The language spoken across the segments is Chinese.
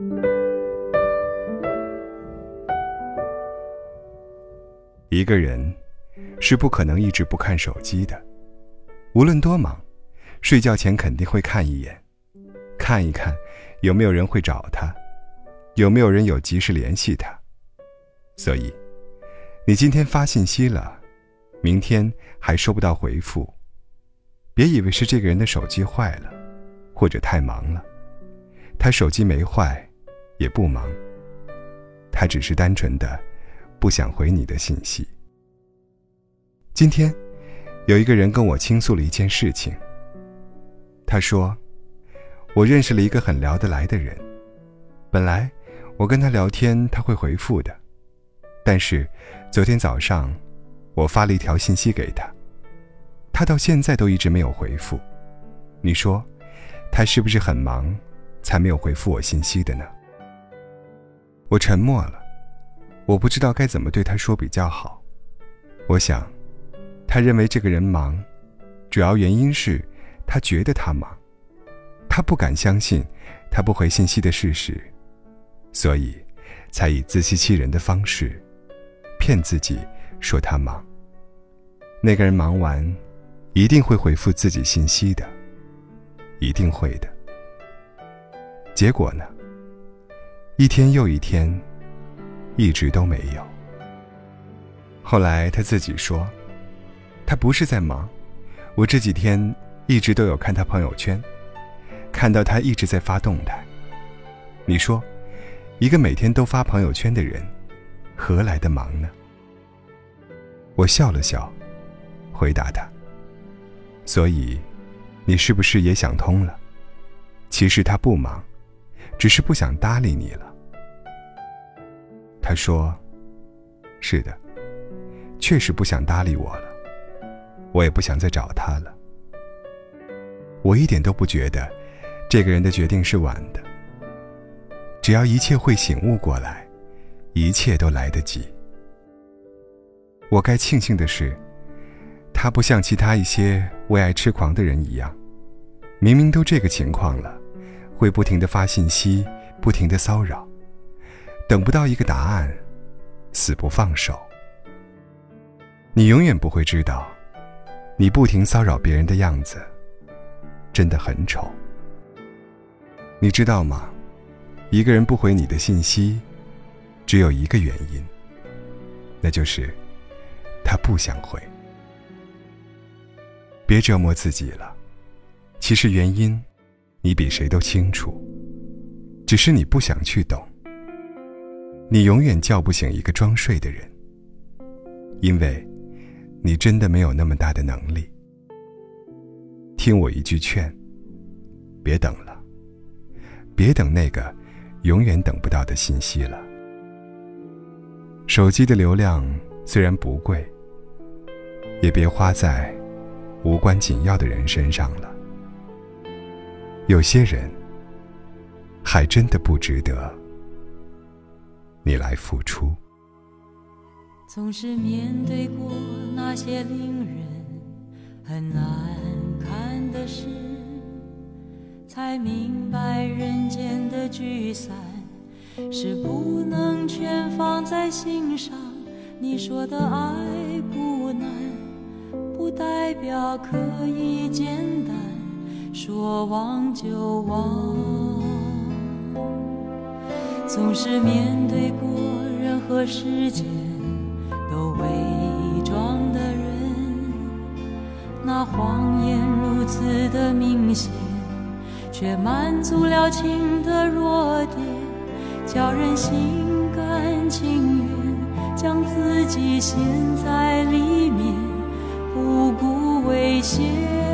一个人是不可能一直不看手机的，无论多忙，睡觉前肯定会看一眼，看一看有没有人会找他，有没有人有及时联系他。所以你今天发信息了，明天还收不到回复，别以为是这个人的手机坏了，或者太忙了。他手机没坏，也不忙，他只是单纯的不想回你的信息。今天有一个人跟我倾诉了一件事情，他说，我认识了一个很聊得来的人，本来我跟他聊天他会回复的，但是昨天早上我发了一条信息给他，他到现在都一直没有回复。你说他是不是很忙才没有回复我信息的呢？我沉默了，我不知道该怎么对他说比较好。我想他认为这个人忙，主要原因是他觉得他忙，他不敢相信他不回信息的事实，所以才以自欺欺人的方式骗自己说他忙。那个人忙完一定会回复自己信息的，一定会的。结果呢，一天又一天，一直都没有。后来他自己说，他不是在忙，我这几天一直都有看他朋友圈，看到他一直在发动态。你说，一个每天都发朋友圈的人，何来的忙呢？我笑了笑，回答他，所以你是不是也想通了？其实他不忙，只是不想搭理你了。他说，是的，确实不想搭理我了，我也不想再找他了。我一点都不觉得这个人的决定是晚的，只要一切会醒悟过来，一切都来得及。我该庆幸的是，他不像其他一些为爱痴狂的人一样，明明都这个情况了，会不停地发信息，不停地骚扰，等不到一个答案，死不放手。你永远不会知道，你不停骚扰别人的样子真的很丑。你知道吗？一个人不回你的信息，只有一个原因，那就是他不想回。别折磨自己了，其实原因你比谁都清楚，只是你不想去懂。你永远叫不醒一个装睡的人，因为你真的没有那么大的能力。听我一句劝，别等了，别等那个永远等不到的信息了。手机的流量虽然不贵，也别花在无关紧要的人身上了。有些人还真的不值得你来付出。 总是面对过那些令人很难看的事，才明白人间的聚散是不能全放在心上。你说的爱不难，不代表可以简单说忘就忘。总是面对过任何时间都伪装的人，那谎言如此的明显，却满足了情的弱点，叫人心甘情愿将自己陷在里面，不顾危险。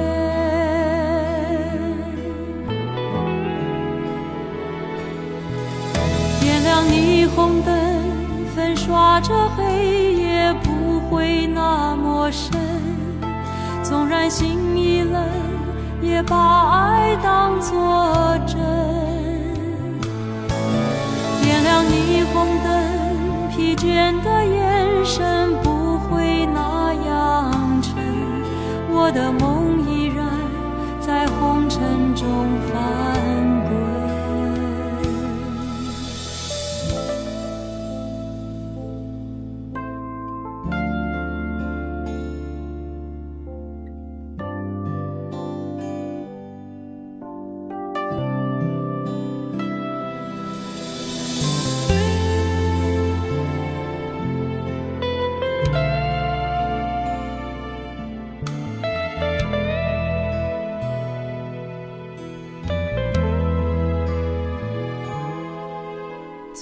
点亮霓虹灯，粉刷着黑夜，不会那么深。纵然心已冷，也把爱当作真。点亮霓虹灯，疲倦的眼神不会那样沉。我的梦依然在红尘中翻滚。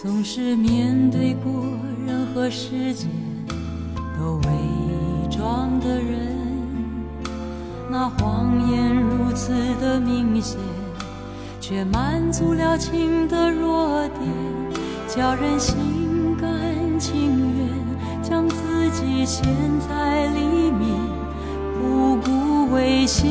总是面对过任何世界都伪装的人，那谎言如此的明显，却满足了情的弱点，叫人心甘情愿将自己陷在里面，不顾危险。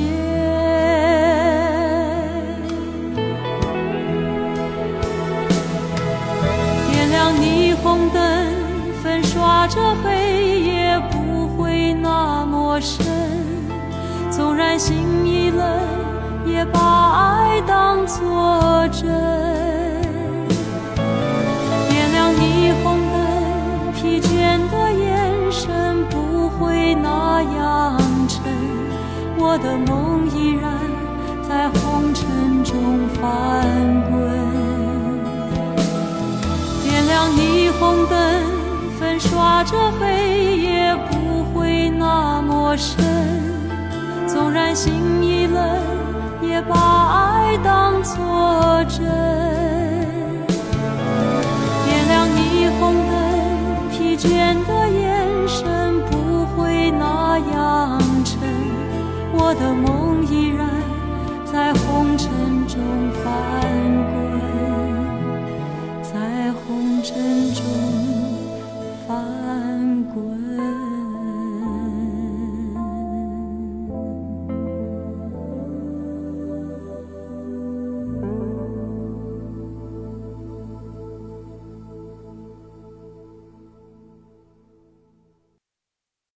点亮霓虹灯，粉刷着黑夜，不会那么深。纵然心已冷，也把爱当作真。点亮霓虹灯，疲倦的眼神不会那样沉。我的梦依然在红尘中翻滚。点亮霓虹灯，粉刷着黑夜，不会那么深。纵然心已冷，也把爱当作真。点亮霓虹灯，疲倦的眼神不会那样沉。我的梦